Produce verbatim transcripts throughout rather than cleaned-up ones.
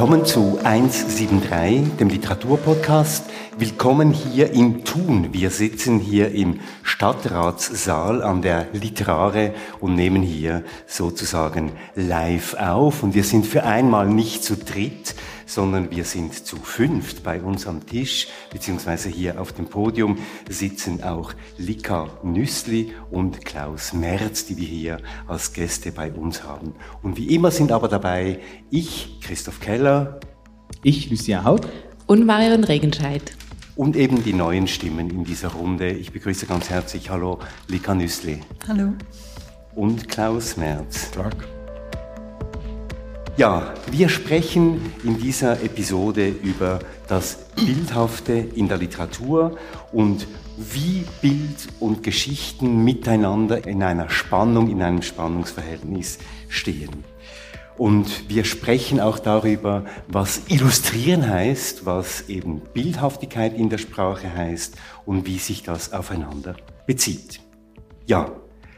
Willkommen zu hundertdreiundsiebzig, dem Literaturpodcast. Willkommen hier im Thun. Wir sitzen hier im Stadtratssaal an der Literare und nehmen hier sozusagen live auf. Und wir sind für einmal nicht zu dritt, sondern wir sind zu fünft bei uns am Tisch, beziehungsweise hier auf dem Podium sitzen auch Lika Nüssli und Klaus Merz, die wir hier als Gäste bei uns haben. Und wie immer sind aber dabei ich, Christoph Keller, ich, Lucia Haug und Marion Regenscheid. Und eben die neuen Stimmen in dieser Runde. Ich begrüße ganz herzlich, hallo Lika Nüssli. Hallo. Und Klaus Merz. Tag. Ja, wir sprechen in dieser Episode über das Bildhafte in der Literatur und wie Bild und Geschichten miteinander in einer Spannung, in einem Spannungsverhältnis stehen. Und wir sprechen auch darüber, was Illustrieren heißt, was eben Bildhaftigkeit in der Sprache heißt und wie sich das aufeinander bezieht. Ja,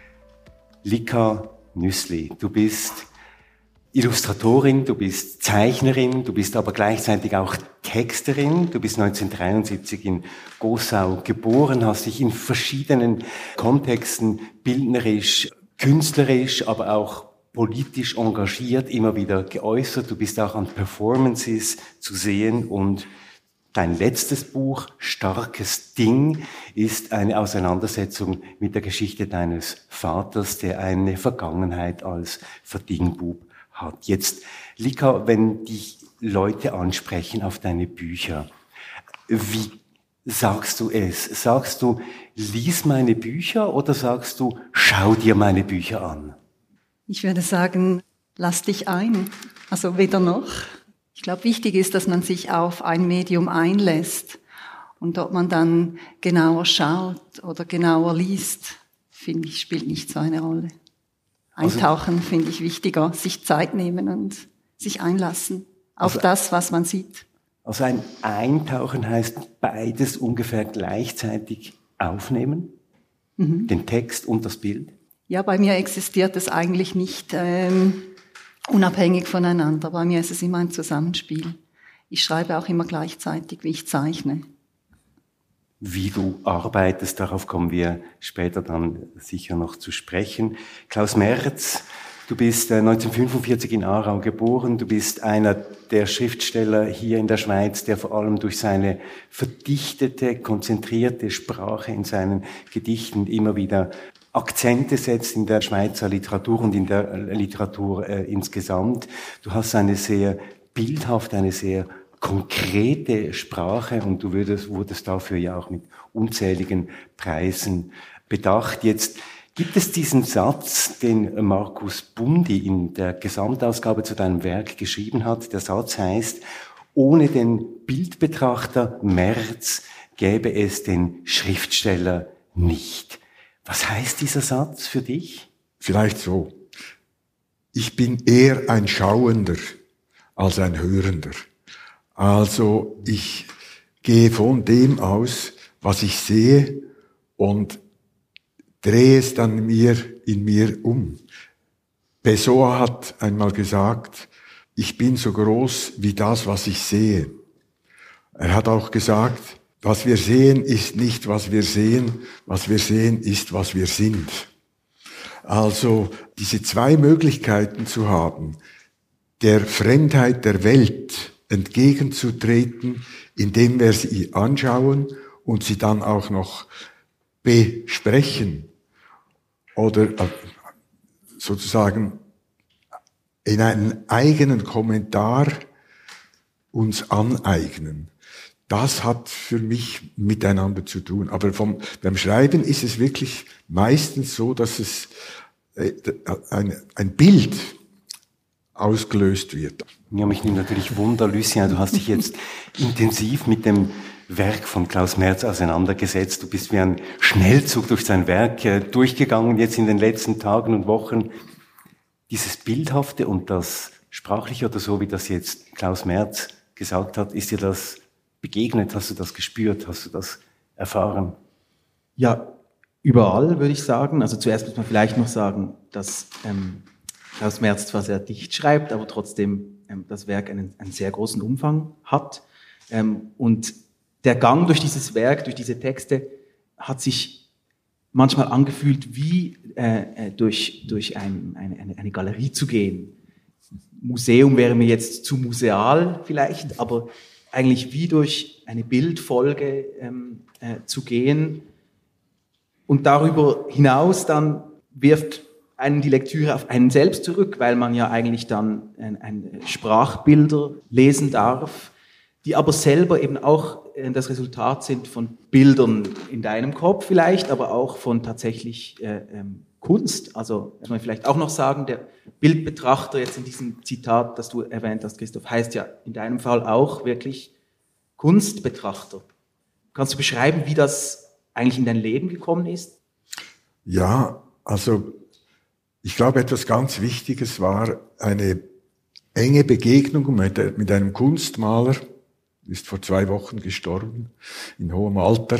Lika Nüssli, du bist Illustratorin, du bist Zeichnerin, du bist aber gleichzeitig auch Texterin. Du bist neunzehnhundertdreiundsiebzig in Gossau geboren, hast dich in verschiedenen Kontexten bildnerisch, künstlerisch, aber auch politisch engagiert, immer wieder geäußert. Du bist auch an Performances zu sehen und dein letztes Buch, Starkes Ding, ist eine Auseinandersetzung mit der Geschichte deines Vaters, der eine Vergangenheit als Verdingbub hat. Jetzt, Lika, wenn dich Leute ansprechen auf deine Bücher, wie sagst du es? Sagst du, lies meine Bücher oder sagst du, schau dir meine Bücher an? Ich würde sagen, lass dich ein. Also weder noch. Ich glaube, wichtig ist, dass man sich auf ein Medium einlässt. Und ob man dann genauer schaut oder genauer liest, finde ich, spielt nicht so eine Rolle. Eintauchen also, finde ich wichtiger, sich Zeit nehmen und sich einlassen auf also, das, was man sieht. Also ein Eintauchen heißt beides ungefähr gleichzeitig aufnehmen, mhm. den Text und das Bild? Ja, bei mir existiert es eigentlich nicht ähm, unabhängig voneinander. Bei mir ist es immer ein Zusammenspiel. Ich schreibe auch immer gleichzeitig, wie ich zeichne. Wie du arbeitest, darauf kommen wir später dann sicher noch zu sprechen. Klaus Merz, du bist neunzehnhundertfünfundvierzig in Aarau geboren. Du bist einer der Schriftsteller hier in der Schweiz, der vor allem durch seine verdichtete, konzentrierte Sprache in seinen Gedichten immer wieder Akzente setzt in der Schweizer Literatur und in der Literatur äh, insgesamt. Du hast eine sehr bildhafte, eine sehr konkrete Sprache und du würdest, wurdest dafür ja auch mit unzähligen Preisen bedacht. Jetzt gibt es diesen Satz, den Markus Bundi in der Gesamtausgabe zu deinem Werk geschrieben hat. Der Satz heißt, ohne den Bildbetrachter Merz gäbe es den Schriftsteller nicht. Was heißt dieser Satz für dich? Vielleicht so. Ich bin eher ein Schauender als ein Hörender. Also ich gehe von dem aus, was ich sehe und drehe es dann mir, in mir um. Pessoa hat einmal gesagt, ich bin so groß wie das, was ich sehe. Er hat auch gesagt, was wir sehen, ist nicht, was wir sehen. Was wir sehen, ist, was wir sind. Also diese zwei Möglichkeiten zu haben, der Fremdheit der Welt entgegenzutreten, indem wir sie anschauen und sie dann auch noch besprechen oder sozusagen in einen eigenen Kommentar uns aneignen. Das hat für mich miteinander zu tun. Aber vom, beim Schreiben ist es wirklich meistens so, dass es äh, ein, ein Bild ausgelöst wird. Ja, mich nimmt natürlich Wunder, Lucien, du hast dich jetzt intensiv mit dem Werk von Klaus Merz auseinandergesetzt. Du bist wie ein Schnellzug durch sein Werk äh, durchgegangen, jetzt in den letzten Tagen und Wochen. Dieses Bildhafte und das Sprachliche oder so, wie das jetzt Klaus Merz gesagt hat, ist dir das begegnet? Hast du das gespürt? Hast du das erfahren? Ja, überall würde ich sagen. Also zuerst muss man vielleicht noch sagen, dass ähm, Klaus Merz zwar sehr dicht schreibt, aber trotzdem ähm, das Werk einen, einen sehr großen Umfang hat. Ähm, und der Gang durch dieses Werk, durch diese Texte, hat sich manchmal angefühlt, wie äh, durch, durch ein, eine, eine Galerie zu gehen. Museum wäre mir jetzt zu museal vielleicht, aber eigentlich wie durch eine Bildfolge ähm, äh, zu gehen. Und darüber hinaus dann wirft einen die Lektüre auf einen selbst zurück, weil man ja eigentlich dann ein, ein Sprachbilder lesen darf, die aber selber eben auch das Resultat sind von Bildern in deinem Kopf vielleicht, aber auch von tatsächlich äh, ähm, Kunst. Also muss man vielleicht auch noch sagen, der Bildbetrachter jetzt in diesem Zitat, das du erwähnt hast, Christoph, heißt ja in deinem Fall auch wirklich Kunstbetrachter. Kannst du beschreiben, wie das eigentlich in dein Leben gekommen ist? Ja, also ich glaube, etwas ganz Wichtiges war eine enge Begegnung mit, mit einem Kunstmaler, ist vor zwei Wochen gestorben, in hohem Alter.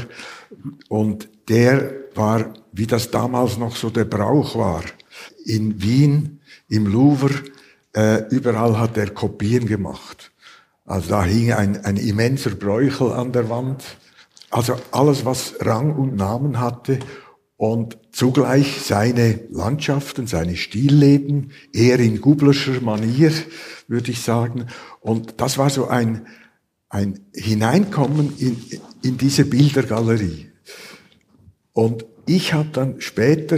Und der war, wie das damals noch so der Brauch war, in Wien, im Louvre, äh, überall hat er Kopien gemacht. Also da hing ein, ein immenser Bräuchel an der Wand. Also alles, was Rang und Namen hatte. Und zugleich seine Landschaften, seine Stillleben, eher in Gublerscher Manier, würde ich sagen. Und das war so ein, ein Hineinkommen in, in diese Bildergalerie. Und ich habe dann später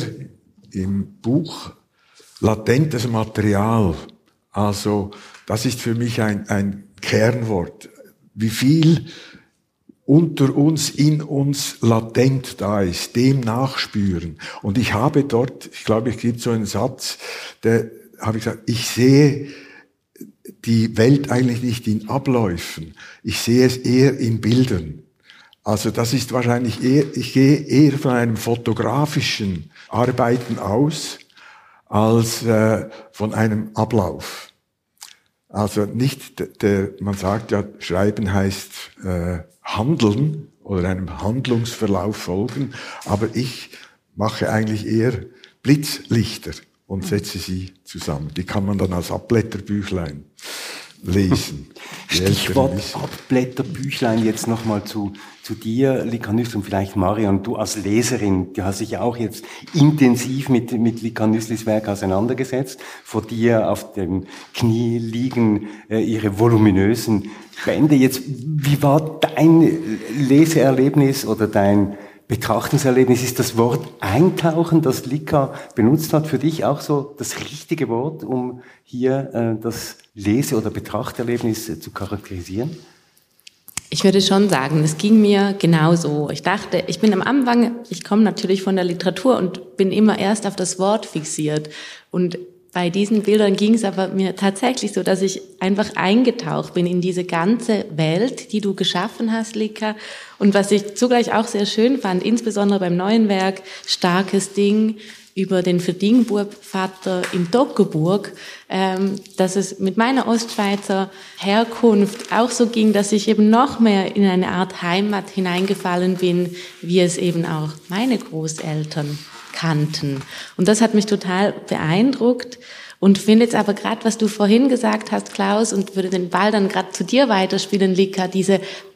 im Buch latentes Material, also das ist für mich ein, ein Kernwort, wie viel unter uns, in uns latent da ist, dem nachspüren. Und ich habe dort, ich glaube, es gibt so einen Satz, der habe ich gesagt, ich sehe die Welt eigentlich nicht in Abläufen, ich sehe es eher in Bildern. Also das ist wahrscheinlich eher, ich gehe eher von einem fotografischen Arbeiten aus, als äh, von einem Ablauf. Also nicht, der, der, man sagt ja, Schreiben heißt äh, Handeln oder einem Handlungsverlauf folgen, aber ich mache eigentlich eher Blitzlichter und setze sie zusammen. Die kann man dann als Abblätterbüchlein lesen. Stichwort Abblätterbüchlein jetzt nochmal zu, zu dir, Lika-Nüssli, und vielleicht Marion, du als Leserin, du hast dich ja auch jetzt intensiv mit, mit Lika-Nüsslis Werk auseinandergesetzt. Vor dir auf dem Knie liegen äh, ihre voluminösen Bände. Jetzt, wie war dein Leseerlebnis oder dein Betrachtungserlebnis? Ist das Wort Eintauchen, das Lika benutzt hat, für dich auch so das richtige Wort, um hier äh, das Lese- oder Betrachterlebnis äh, zu charakterisieren? Ich würde schon sagen, es ging mir genauso. Ich dachte, ich bin am Anfang, ich komme natürlich von der Literatur und bin immer erst auf das Wort fixiert. Und bei diesen Bildern ging es aber mir tatsächlich so, dass ich einfach eingetaucht bin in diese ganze Welt, die du geschaffen hast, Lika. Und was ich zugleich auch sehr schön fand, insbesondere beim neuen Werk, Starkes Ding, über den Verdingburg-Vater in Toggenburg, ähm, dass es mit meiner Ostschweizer Herkunft auch so ging, dass ich eben noch mehr in eine Art Heimat hineingefallen bin, wie es eben auch meine Großeltern kannten. Und das hat mich total beeindruckt. Und finde jetzt aber gerade, was du vorhin gesagt hast, Klaus, und würde den Ball dann gerade zu dir weiterspielen, Lika, diese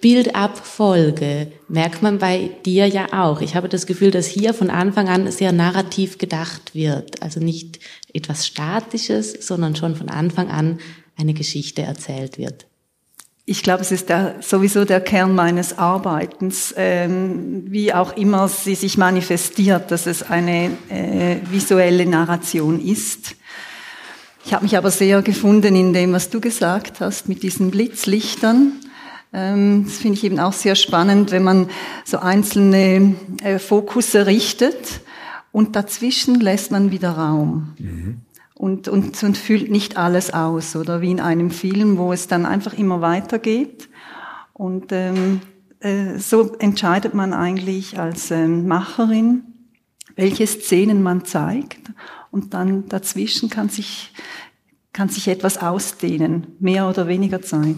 Bildabfolge merkt man bei dir ja auch. Ich habe das Gefühl, dass hier von Anfang an sehr narrativ gedacht wird. Also nicht etwas Statisches, sondern schon von Anfang an eine Geschichte erzählt wird. Ich glaube, es ist der, sowieso der Kern meines Arbeitens, ähm, wie auch immer sie sich manifestiert, dass es eine äh, visuelle Narration ist. Ich habe mich aber sehr gefunden in dem, was du gesagt hast, mit diesen Blitzlichtern. Ähm, das finde ich eben auch sehr spannend, wenn man so einzelne äh, Fokusse richtet und dazwischen lässt man wieder Raum. Mhm. Und, und, und füllt nicht alles aus, oder wie in einem Film, wo es dann einfach immer weitergeht. Und ähm, äh, so entscheidet man eigentlich als ähm, Macherin, welche Szenen man zeigt. Und dann dazwischen kann sich, kann sich etwas ausdehnen, mehr oder weniger Zeit.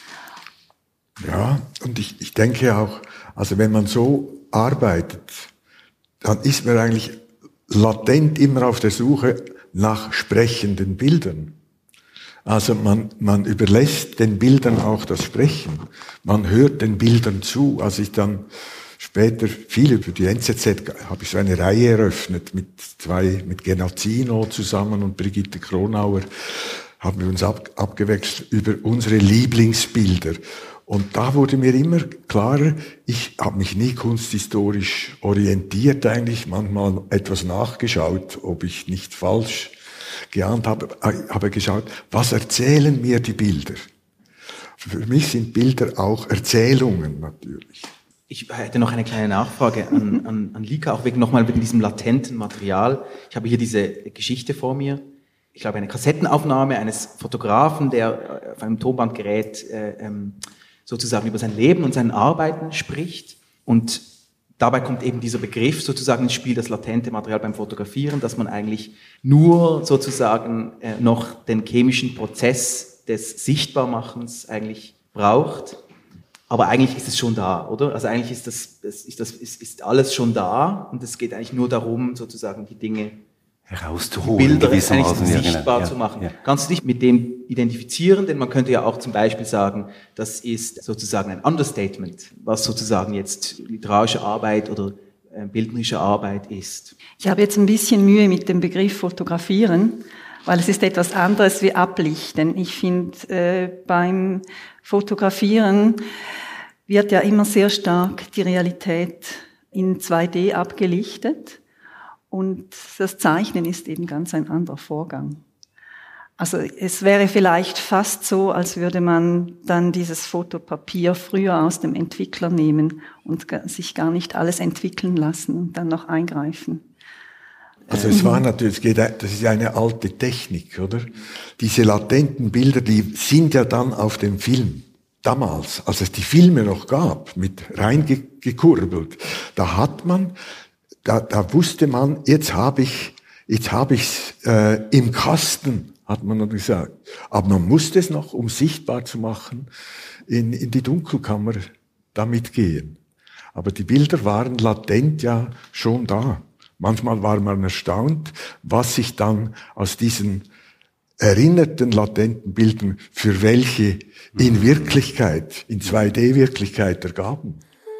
Ja, und ich, ich denke auch, also wenn man so arbeitet, dann ist man eigentlich latent immer auf der Suche nach sprechenden Bildern. Also man, man überlässt den Bildern auch das Sprechen. Man hört den Bildern zu. Als ich dann später viel über die N Z Z habe ich so eine Reihe eröffnet mit zwei, mit Genazzino zusammen und Brigitte Kronauer, haben wir uns ab, abgewechselt über unsere Lieblingsbilder. Und da wurde mir immer klarer, ich habe mich nie kunsthistorisch orientiert eigentlich, manchmal etwas nachgeschaut, ob ich nicht falsch geahnt habe, habe geschaut, was erzählen mir die Bilder? Für mich sind Bilder auch Erzählungen natürlich. Ich hätte noch eine kleine Nachfrage an, an, an Lika, auch wegen nochmal wegen diesem latenten Material. Ich habe hier diese Geschichte vor mir. Ich glaube, eine Kassettenaufnahme eines Fotografen, der auf einem Tonbandgerät äh, ähm, sozusagen über sein Leben und sein Arbeiten spricht. Und dabei kommt eben dieser Begriff sozusagen ins Spiel, das latente Material beim Fotografieren, dass man eigentlich nur sozusagen äh, noch den chemischen Prozess des Sichtbarmachens eigentlich braucht. Aber eigentlich ist es schon da, oder? Also eigentlich ist das, ist das, ist, ist alles schon da und es geht eigentlich nur darum, sozusagen die Dinge herauszuholen, Bilder eigentlich sichtbar ja, genau. zu machen. Ja. Kannst du dich mit dem identifizieren? Denn man könnte ja auch zum Beispiel sagen, das ist sozusagen ein Understatement, was sozusagen jetzt literarische Arbeit oder äh, bildnerische Arbeit ist. Ich habe jetzt ein bisschen Mühe mit dem Begriff Fotografieren, weil es ist etwas anderes wie Ablichten. Ich finde, äh, beim Fotografieren wird ja immer sehr stark die Realität in zwei D abgelichtet. Und das Zeichnen ist eben ganz ein anderer Vorgang. Also es wäre vielleicht fast so, als würde man dann dieses Fotopapier früher aus dem Entwickler nehmen und sich gar nicht alles entwickeln lassen und dann noch eingreifen. Also es war natürlich, das ist eine alte Technik, oder? Diese latenten Bilder, die sind ja dann auf dem Film. Damals, als es die Filme noch gab, mit reingekurbelt, da hat man Da, da wusste man, jetzt habe ich, jetzt habe ich's äh, im Kasten, hat man dann gesagt. Aber man musste es noch, um sichtbar zu machen, in, in die Dunkelkammer damit gehen. Aber die Bilder waren latent ja schon da. Manchmal war man erstaunt, was sich dann aus diesen erinnerten latenten Bildern für welche in Wirklichkeit, in zwei D-Wirklichkeit ergaben.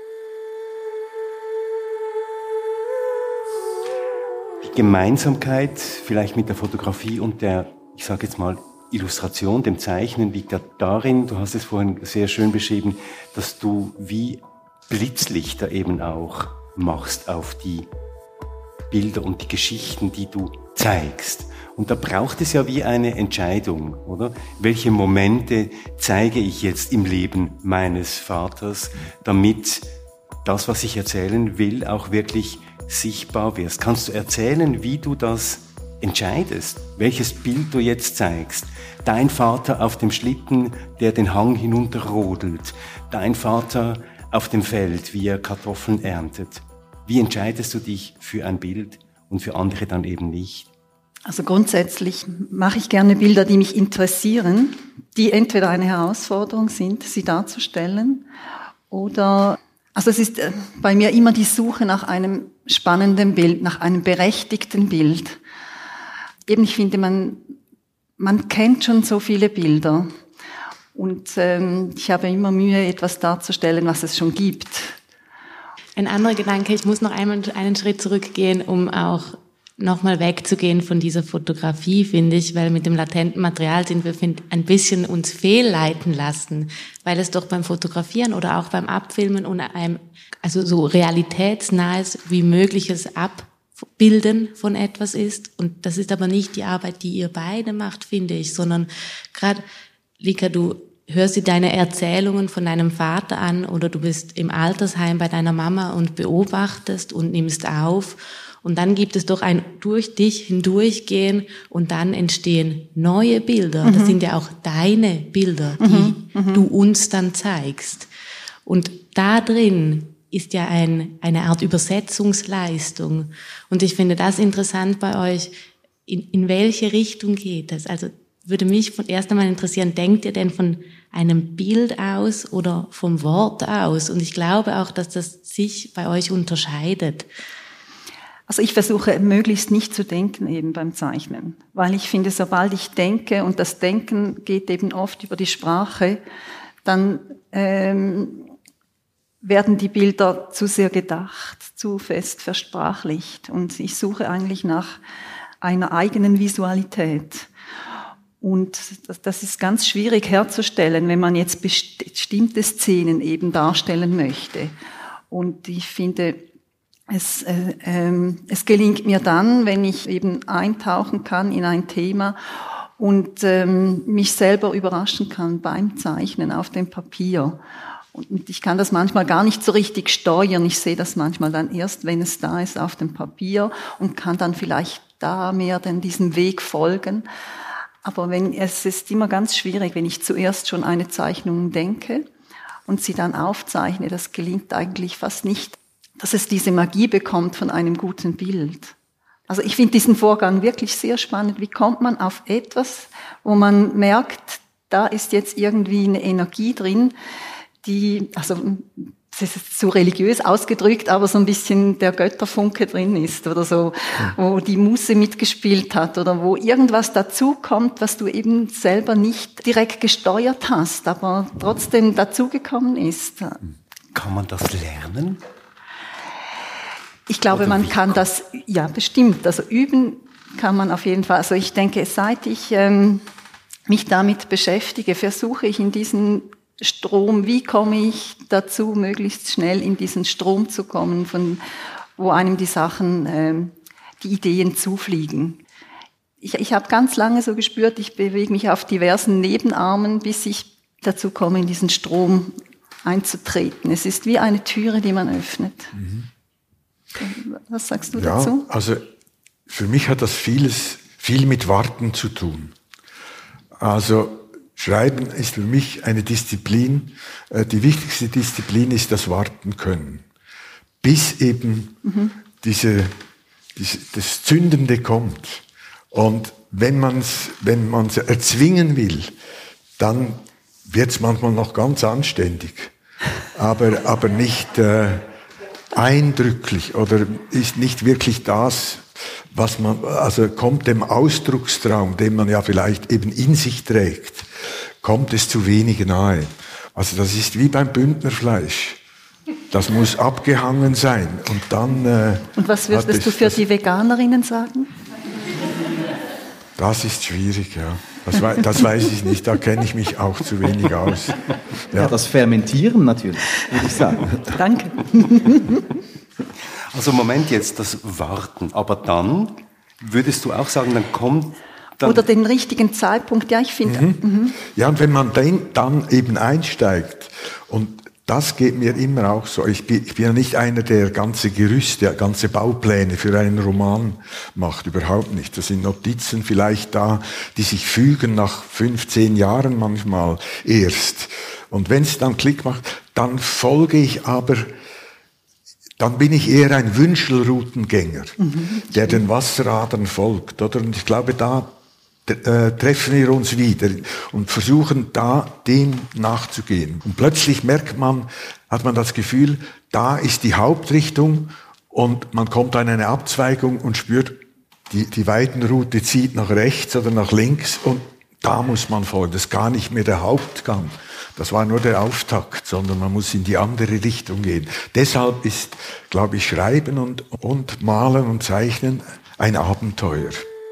Gemeinsamkeit vielleicht mit der Fotografie und der, ich sage jetzt mal, Illustration, dem Zeichnen, liegt ja darin, du hast es vorhin sehr schön beschrieben, dass du wie Blitzlichter eben auch machst auf die Bilder und die Geschichten, die du zeigst. Und da braucht es ja wie eine Entscheidung, oder? Welche Momente zeige ich jetzt im Leben meines Vaters, damit das, was ich erzählen will, auch wirklich sichtbar wirst. Kannst du erzählen, wie du das entscheidest, welches Bild du jetzt zeigst? Dein Vater auf dem Schlitten, der den Hang hinunterrodelt. Dein Vater auf dem Feld, wie er Kartoffeln erntet. Wie entscheidest du dich für ein Bild und für andere dann eben nicht? Also grundsätzlich mache ich gerne Bilder, die mich interessieren, die entweder eine Herausforderung sind, sie darzustellen, oder also es ist bei mir immer die Suche nach einem spannenden Bild, nach einem berechtigten Bild. Eben, ich finde, man, man kennt schon so viele Bilder. Und ähm, ich habe immer Mühe, etwas darzustellen, was es schon gibt. Ein anderer Gedanke, ich muss noch einmal einen Schritt zurückgehen, um auch nochmal wegzugehen von dieser Fotografie, finde ich, weil mit dem latenten Material sind wir find, ein bisschen uns fehlleiten lassen, weil es doch beim Fotografieren oder auch beim Abfilmen und einem, also so realitätsnahes wie mögliches Abbilden von etwas ist. Und das ist aber nicht die Arbeit, die ihr beide macht, finde ich, sondern gerade, Lika, du hörst dir deine Erzählungen von deinem Vater an oder du bist im Altersheim bei deiner Mama und beobachtest und nimmst auf. Und dann gibt es doch ein durch dich hindurchgehen und dann entstehen neue Bilder. Mhm. Das sind ja auch deine Bilder, die mhm. du uns dann zeigst. Und da drin ist ja ein, eine Art Übersetzungsleistung. Und ich finde das interessant bei euch. In, in welche Richtung geht das? Also würde mich von erst einmal interessieren, denkt ihr denn von einem Bild aus oder vom Wort aus? Und ich glaube auch, dass das sich bei euch unterscheidet. Also ich versuche möglichst nicht zu denken eben beim Zeichnen, weil ich finde, sobald ich denke, und das Denken geht eben oft über die Sprache, dann ähm, werden die Bilder zu sehr gedacht, zu fest versprachlicht. Und ich suche eigentlich nach einer eigenen Visualität. Und das, das ist ganz schwierig herzustellen, wenn man jetzt bestimmte Szenen eben darstellen möchte. Und ich finde, Es, äh, ähm, es gelingt mir dann, wenn ich eben eintauchen kann in ein Thema und ähm, mich selber überraschen kann beim Zeichnen auf dem Papier. Und ich kann das manchmal gar nicht so richtig steuern. Ich sehe das manchmal dann erst, wenn es da ist auf dem Papier und kann dann vielleicht da mehr denn diesem Weg folgen. Aber wenn, es ist immer ganz schwierig, wenn ich zuerst schon eine Zeichnung denke und sie dann aufzeichne. Das gelingt eigentlich fast nicht, dass es diese Magie bekommt von einem guten Bild. Also ich finde diesen Vorgang wirklich sehr spannend. Wie kommt man auf etwas, wo man merkt, da ist jetzt irgendwie eine Energie drin, die, also das ist so religiös ausgedrückt, aber so ein bisschen der Götterfunke drin ist oder so, wo die Muse mitgespielt hat oder wo irgendwas dazukommt, was du eben selber nicht direkt gesteuert hast, aber trotzdem dazugekommen ist. Kann man das lernen? Ich glaube, Oder man kann das, ja, bestimmt. Also üben kann man auf jeden Fall. Also ich denke, seit ich ähm, mich damit beschäftige, versuche ich in diesen Strom, wie komme ich dazu, möglichst schnell in diesen Strom zu kommen, von wo einem die Sachen, ähm, die Ideen zufliegen. Ich, ich habe ganz lange so gespürt, ich bewege mich auf diversen Nebenarmen, bis ich dazu komme, in diesen Strom einzutreten. Es ist wie eine Türe, die man öffnet. Mhm. Was sagst du ja, dazu? Also für mich hat das vieles, viel mit Warten zu tun. Also Schreiben ist für mich eine Disziplin, die wichtigste Disziplin ist das Warten können. Bis eben mhm. diese, diese, das Zündende kommt. Und wenn man es wenn man's erzwingen will, dann wird es manchmal noch ganz anständig. Aber, aber nicht... Äh, eindrücklich oder ist nicht wirklich das, was man, also kommt dem Ausdruckstraum, den man ja vielleicht eben in sich trägt, kommt es zu wenig nahe. Also das ist wie beim Bündnerfleisch. Das muss abgehangen sein und dann... Äh, und was würdest du für das, die Veganerinnen sagen? Das ist schwierig, ja. Das, wei- das weiß ich nicht, da kenne ich mich auch zu wenig aus. Ja, ja, das Fermentieren natürlich, würde ich sagen. Danke. Also Moment jetzt, das Warten. Aber dann würdest du auch sagen, dann kommt... Dann Oder den richtigen Zeitpunkt, ja, ich finde... Mhm. Mhm. Ja, und wenn man dann, dann eben einsteigt und das geht mir immer auch so. Ich bin, ich bin ja nicht einer, der ganze Gerüste, ganze Baupläne für einen Roman macht. Überhaupt nicht. Das sind Notizen vielleicht da, die sich fügen nach fünfzehn Jahren manchmal erst. Und wenn es dann Klick macht, dann folge ich aber, dann bin ich eher ein Wünschelroutengänger, mhm. der den Wasseradern folgt, oder? Und ich glaube, da Äh, treffen wir uns wieder und versuchen da dem nachzugehen. Und plötzlich merkt man, hat man das Gefühl, da ist die Hauptrichtung und man kommt an eine Abzweigung und spürt, die, die Weitenroute zieht nach rechts oder nach links und da muss man folgen. Das ist gar nicht mehr der Hauptgang. Das war nur der Auftakt, sondern man muss in die andere Richtung gehen. Deshalb ist, glaube ich, Schreiben und, und Malen und Zeichnen ein Abenteuer.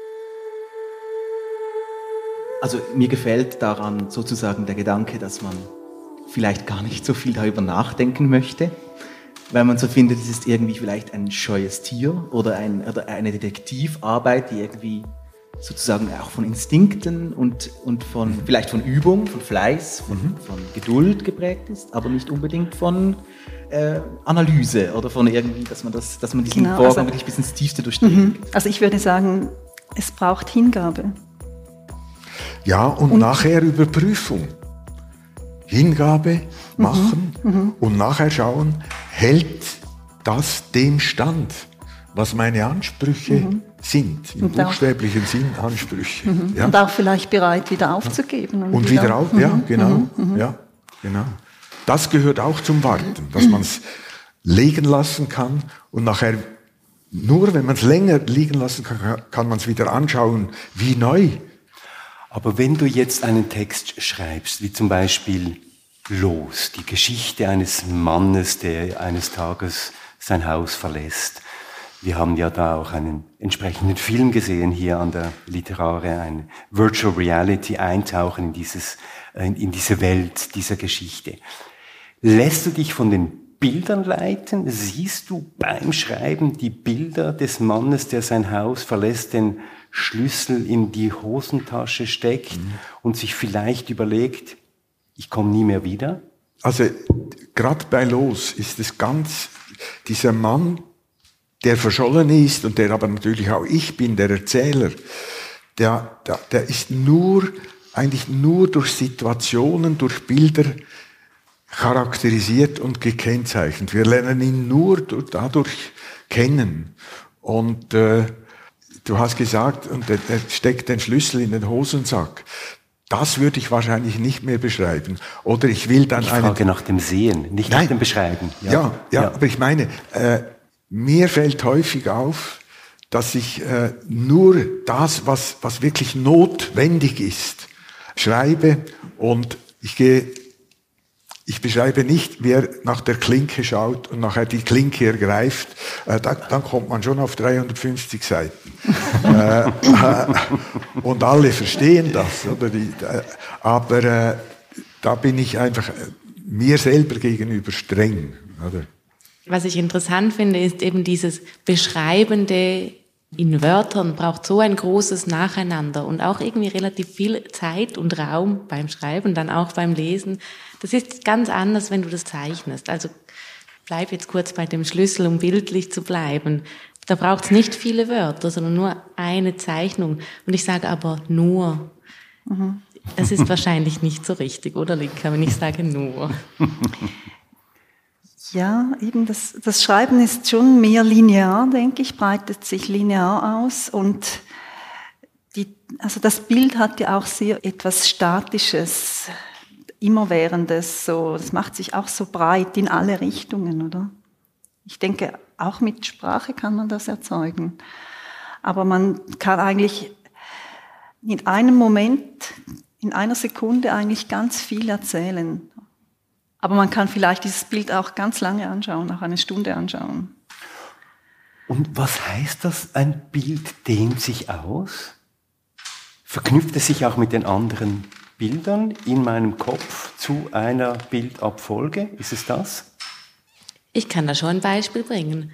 Also mir gefällt daran sozusagen der Gedanke, dass man vielleicht gar nicht so viel darüber nachdenken möchte, weil man so findet, es ist irgendwie vielleicht ein scheues Tier oder, ein, oder eine Detektivarbeit, die irgendwie sozusagen auch von Instinkten und, und von, vielleicht von Übung, von Fleiß, von, mhm. von Geduld geprägt ist, aber nicht unbedingt von äh, Analyse oder von irgendwie, dass man, das, dass man diesen genau, Vorgang also, wirklich bis ins Tiefste durchdringt. Mhm. Also ich würde sagen, es braucht Hingabe. Ja, und, und nachher Überprüfung. Hingabe machen mhm, mhm. und nachher schauen, hält das dem stand, was meine Ansprüche mhm. sind, im und buchstäblichen auch, Sinn Ansprüche. Mhm. Ja. Und auch vielleicht bereit, wieder aufzugeben. Und, und wieder, wieder auf, mhm. ja, genau, mhm. ja, genau. Das gehört auch zum Warten, dass man es legen lassen kann und nachher nur wenn man es länger liegen lassen kann, kann man es wieder anschauen, wie neu. Aber wenn du jetzt einen Text schreibst, wie zum Beispiel Los, die Geschichte eines Mannes, der eines Tages sein Haus verlässt. Wir haben ja da auch einen entsprechenden Film gesehen hier an der Literare, ein Virtual Reality Eintauchen in dieses, in diese Welt dieser Geschichte. Lässt du dich von den Bildern leiten? Siehst du beim Schreiben die Bilder des Mannes, der sein Haus verlässt, den Schlüssel in die Hosentasche steckt mhm. und sich vielleicht überlegt, ich komme nie mehr wieder? Also gerade bei Los ist es ganz, dieser Mann, der verschollen ist und der aber natürlich auch ich bin, der Erzähler, der, der, der ist nur, eigentlich nur durch Situationen, durch Bilder charakterisiert und gekennzeichnet. Wir lernen ihn nur dadurch kennen. Und äh, du hast gesagt, und er, er steckt den Schlüssel in den Hosensack. Das würde ich wahrscheinlich nicht mehr beschreiben. Oder ich will dann ich einen... Ich frage nach dem Sehen, nicht Nein. nach dem Beschreiben. Ja, ja, ja, ja. Aber ich meine, äh, mir fällt häufig auf, dass ich äh, nur das, was, was wirklich notwendig ist, schreibe und ich gehe, ich beschreibe nicht, wer nach der Klinke schaut und nachher die Klinke ergreift, äh, da, dann kommt man schon auf dreihundertfünfzig Seiten. äh, äh, und alle verstehen das, oder? Die, äh, aber äh, da bin ich einfach mir selber gegenüber streng, oder? Was ich interessant finde, ist eben dieses Beschreibende in Wörtern braucht so ein großes Nacheinander und auch irgendwie relativ viel Zeit und Raum beim Schreiben, dann auch beim Lesen. Das ist ganz anders, wenn du das zeichnest. Also bleib jetzt kurz bei dem Schlüssel, um bildlich zu bleiben. Da braucht es nicht viele Wörter, sondern nur eine Zeichnung. Und ich sage aber nur. Mhm. Das ist wahrscheinlich nicht so richtig, oder Linka, wenn ich sage nur. Ja, eben das, das Schreiben ist schon mehr linear, denke ich, breitet sich linear aus und die, also das Bild hat ja auch sehr etwas Statisches, Immerwährendes, so, das macht sich auch so breit in alle Richtungen, oder? Ich denke, auch mit Sprache kann man das erzeugen, aber man kann eigentlich in einem Moment, in einer Sekunde eigentlich ganz viel erzählen. Aber man kann vielleicht dieses Bild auch ganz lange anschauen, auch eine Stunde anschauen. Und was heißt das, ein Bild dehnt sich aus? Verknüpft es sich auch mit den anderen Bildern in meinem Kopf zu einer Bildabfolge? Ist es das? Ich kann da schon ein Beispiel bringen.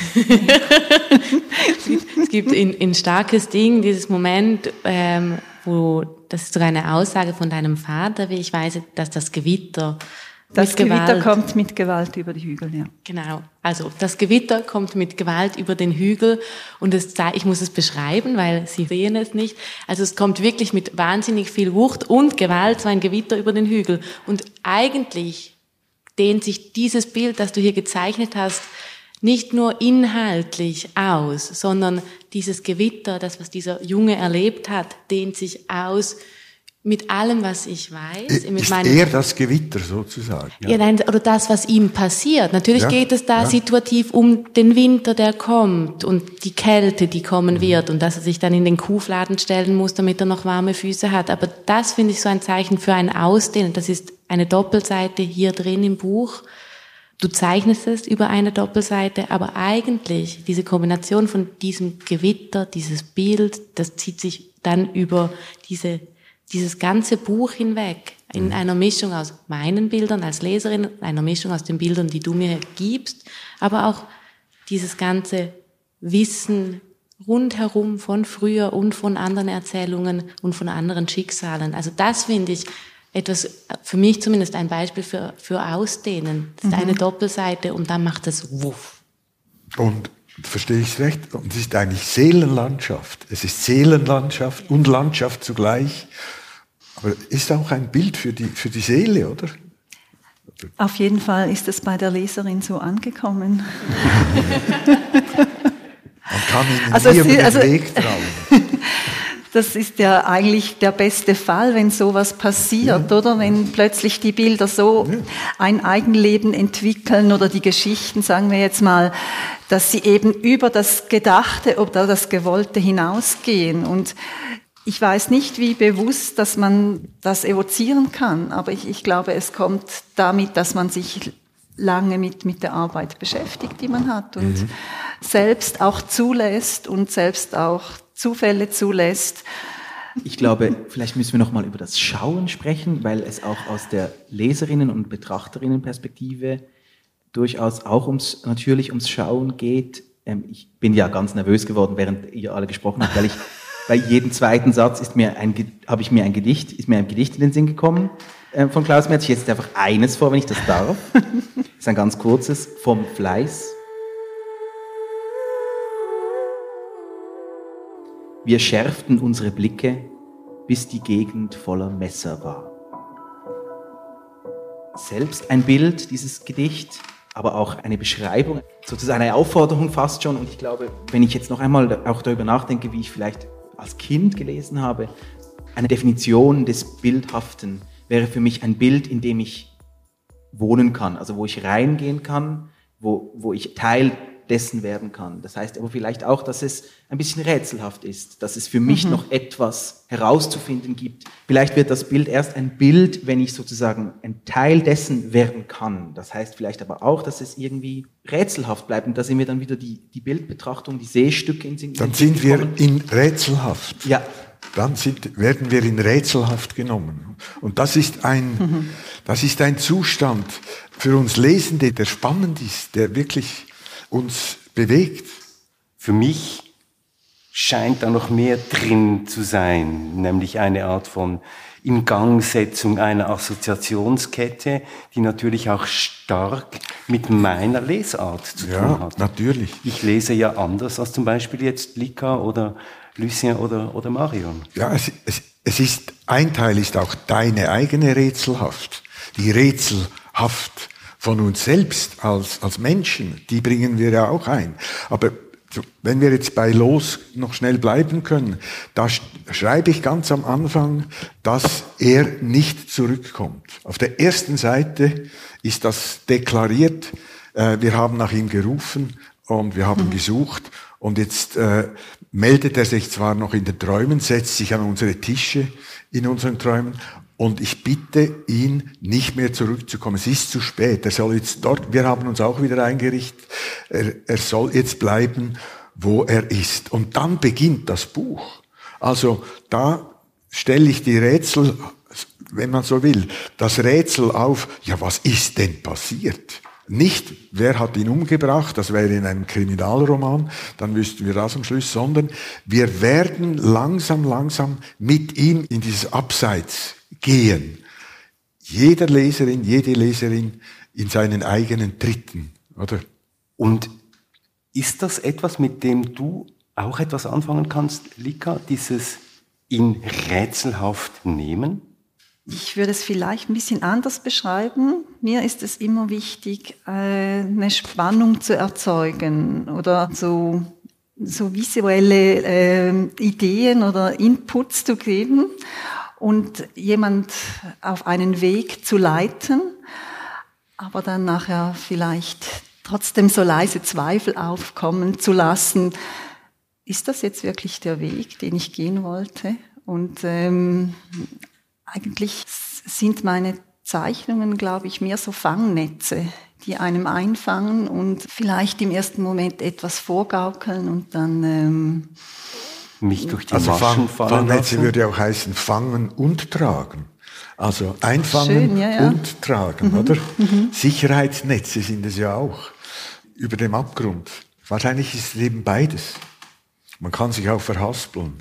Es gibt in, in Starkes Ding dieses Moment, ähm, wo, das ist sogar eine Aussage von deinem Vater, wie ich weiß, dass das Gewitter Das Gewitter kommt mit Gewalt über die Hügel, ja. Genau. Also das Gewitter kommt mit Gewalt über den Hügel und es, ich muss es beschreiben, weil Sie sehen es nicht. Also es kommt wirklich mit wahnsinnig viel Wucht und Gewalt, so ein Gewitter über den Hügel. Und eigentlich dehnt sich dieses Bild, das du hier gezeichnet hast, nicht nur inhaltlich aus, sondern dieses Gewitter, das, was dieser Junge erlebt hat, dehnt sich aus mit allem, was ich weiß. Mit ist er das Gewitter sozusagen? Ja, ja nein, oder das, was ihm passiert. Natürlich ja, geht es da ja. situativ um den Winter, der kommt und die Kälte, die kommen mhm. wird und dass er sich dann in den Kuhfladen stellen muss, damit er noch warme Füße hat. Aber das finde ich so ein Zeichen für ein Ausdehnen. Das ist eine Doppelseite hier drin im Buch. Du zeichnest es über eine Doppelseite, aber eigentlich diese Kombination von diesem Gewitter, dieses Bild, das zieht sich dann über diese dieses ganze Buch hinweg, in einer Mischung aus meinen Bildern als Leserin, einer Mischung aus den Bildern, die du mir gibst, aber auch dieses ganze Wissen rundherum von früher und von anderen Erzählungen und von anderen Schicksalen. Also das finde ich etwas, für mich zumindest ein Beispiel für, für Ausdehnen. Das ist mhm. eine Doppelseite und dann macht es wuff. Und verstehe ich es recht? Und es ist eigentlich Seelenlandschaft. Es ist Seelenlandschaft und Landschaft zugleich. Aber ist auch ein Bild für die, für die Seele, oder? Auf jeden Fall ist es bei der Leserin so angekommen. Man kann Ihnen also nie über den also, Weg trauen. Das ist ja eigentlich der beste Fall, wenn sowas passiert, ja. oder? Wenn plötzlich die Bilder so ja. ein Eigenleben entwickeln oder die Geschichten, sagen wir jetzt mal, dass sie eben über das Gedachte oder das Gewollte hinausgehen. Und ich weiß nicht, wie bewusst, dass man das evozieren kann, aber ich, ich glaube, es kommt damit, dass man sich lange mit, mit der Arbeit beschäftigt, die man hat und mhm. selbst auch zulässt und selbst auch Zufälle zulässt. Ich glaube, vielleicht müssen wir noch mal über das Schauen sprechen, weil es auch aus der Leserinnen- und Betrachterinnenperspektive durchaus auch ums, natürlich ums Schauen geht. Ähm, ich bin ja ganz nervös geworden, während ihr alle gesprochen habt, weil ich bei jedem zweiten Satz ist mir ein, habe ich mir ein Gedicht, ist mir ein Gedicht in den Sinn gekommen äh, von Klaus Merz. Ich lese jetzt einfach eines vor, wenn ich das darf. Das ist ein ganz kurzes, vom Fleiß. Wir schärften unsere Blicke, bis die Gegend voller Messer war. Selbst ein Bild, dieses Gedicht, aber auch eine Beschreibung, sozusagen eine Aufforderung fast schon. Und ich glaube, wenn ich jetzt noch einmal auch darüber nachdenke, wie ich vielleicht als Kind gelesen habe, eine Definition des Bildhaften wäre für mich ein Bild, in dem ich wohnen kann, also wo ich reingehen kann, wo, wo ich Teil dessen werden kann. Das heißt aber vielleicht auch, dass es ein bisschen rätselhaft ist, dass es für mich mhm. noch etwas herauszufinden gibt. Vielleicht wird das Bild erst ein Bild, wenn ich sozusagen ein Teil dessen werden kann. Das heißt vielleicht aber auch, dass es irgendwie rätselhaft bleibt und da sind wir dann wieder die, die Bildbetrachtung, die Sehstücke in Sinn. Dann sind wir in rätselhaft. Ja. Dann sind, werden wir in rätselhaft genommen. Und das ist ein, mhm. das ist ein Zustand für uns Lesende, der spannend ist, der wirklich uns bewegt. Für mich scheint da noch mehr drin zu sein, nämlich eine Art von Ingangsetzung einer Assoziationskette, die natürlich auch stark mit meiner Lesart zu tun ja, hat. Natürlich. Ich lese ja anders als zum Beispiel jetzt Lika oder Lucien oder, oder Marion. Ja, es, es, es ist, ein Teil ist auch deine eigene Rätselhaft, die Rätselhaft von uns selbst als, als Menschen, die bringen wir ja auch ein. Aber wenn wir jetzt bei Los noch schnell bleiben können, da schreibe ich ganz am Anfang, dass er nicht zurückkommt. Auf der ersten Seite ist das deklariert, äh, wir haben nach ihm gerufen und wir haben mhm. gesucht und jetzt äh, meldet er sich zwar noch in den Träumen, setzt sich an unsere Tische in unseren Träumen, und ich bitte ihn, nicht mehr zurückzukommen. Es ist zu spät. Er soll jetzt dort, wir haben uns auch wieder eingerichtet, er, er soll jetzt bleiben, wo er ist. Und dann beginnt das Buch. Also da stelle ich die Rätsel, wenn man so will, das Rätsel auf, ja, was ist denn passiert? Nicht, wer hat ihn umgebracht, das wäre in einem Kriminalroman, dann wüssten wir das am Schluss, sondern wir werden langsam, langsam mit ihm in dieses Abseits gehen. Jeder Leserin, jede Leserin in seinen eigenen Tritten, oder? Und ist das etwas, mit dem du auch etwas anfangen kannst, Lika, dieses in rätselhaft nehmen? Ich würde es vielleicht ein bisschen anders beschreiben. Mir ist es immer wichtig, eine Spannung zu erzeugen oder so, so visuelle äh, Ideen oder Inputs zu geben und jemand auf einen Weg zu leiten, aber dann nachher vielleicht trotzdem so leise Zweifel aufkommen zu lassen. Ist das jetzt wirklich der Weg, den ich gehen wollte? Und ähm, eigentlich sind meine Zeichnungen, glaube ich, mehr so Fangnetze, die einem einfangen und vielleicht im ersten Moment etwas vorgaukeln und dann ähm, mich durch die also Maschen Fang, fallen Fangnetze lassen. würde auch heißen fangen und tragen. Also einfangen Schön, ja, ja. und tragen, mhm. oder? Mhm. Sicherheitsnetze sind es ja auch. Über dem Abgrund. Wahrscheinlich ist es eben beides. Man kann sich auch verhaspeln.